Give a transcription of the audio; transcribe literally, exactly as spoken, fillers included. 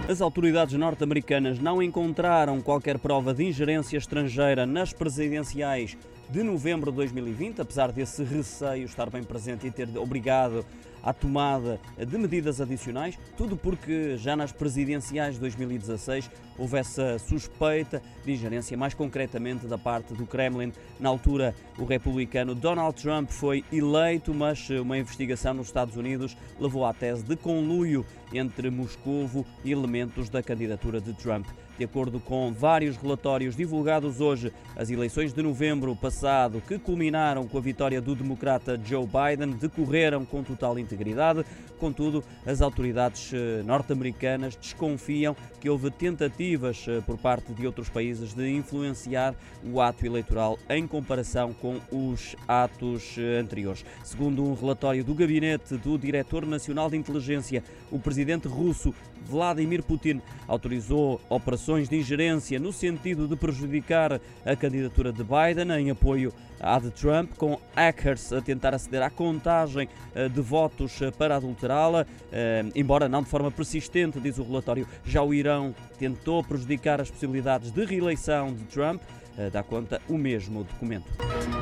As autoridades norte-americanas não encontraram qualquer prova de ingerência estrangeira nas presidenciais de novembro de dois mil e vinte, apesar desse receio estar bem presente e ter obrigado à tomada de medidas adicionais, tudo porque já nas presidenciais de dois mil e dezasseis houve essa suspeita de ingerência, mais concretamente da parte do Kremlin. Na altura, o republicano Donald Trump foi eleito, mas uma investigação nos Estados Unidos levou à tese de conluio entre Moscovo e elementos da candidatura de Trump. De acordo com vários relatórios divulgados hoje, as eleições de novembro passado, que culminaram com a vitória do democrata Joe Biden, decorreram com total integridade. Contudo, as autoridades norte-americanas desconfiam que houve tentativas por parte de outros países de influenciar o ato eleitoral em comparação com os atos anteriores. Segundo um relatório do gabinete do Diretor Nacional de Inteligência, o presidente russo Vladimir Putin autorizou operações de ingerência no sentido de prejudicar a candidatura de Biden em apoio à de Trump, com hackers a tentar aceder à contagem de votos para adulterá-la, embora não de forma persistente, diz o relatório. Já o Irão tentou prejudicar as possibilidades de reeleição de Trump, dá conta o mesmo documento.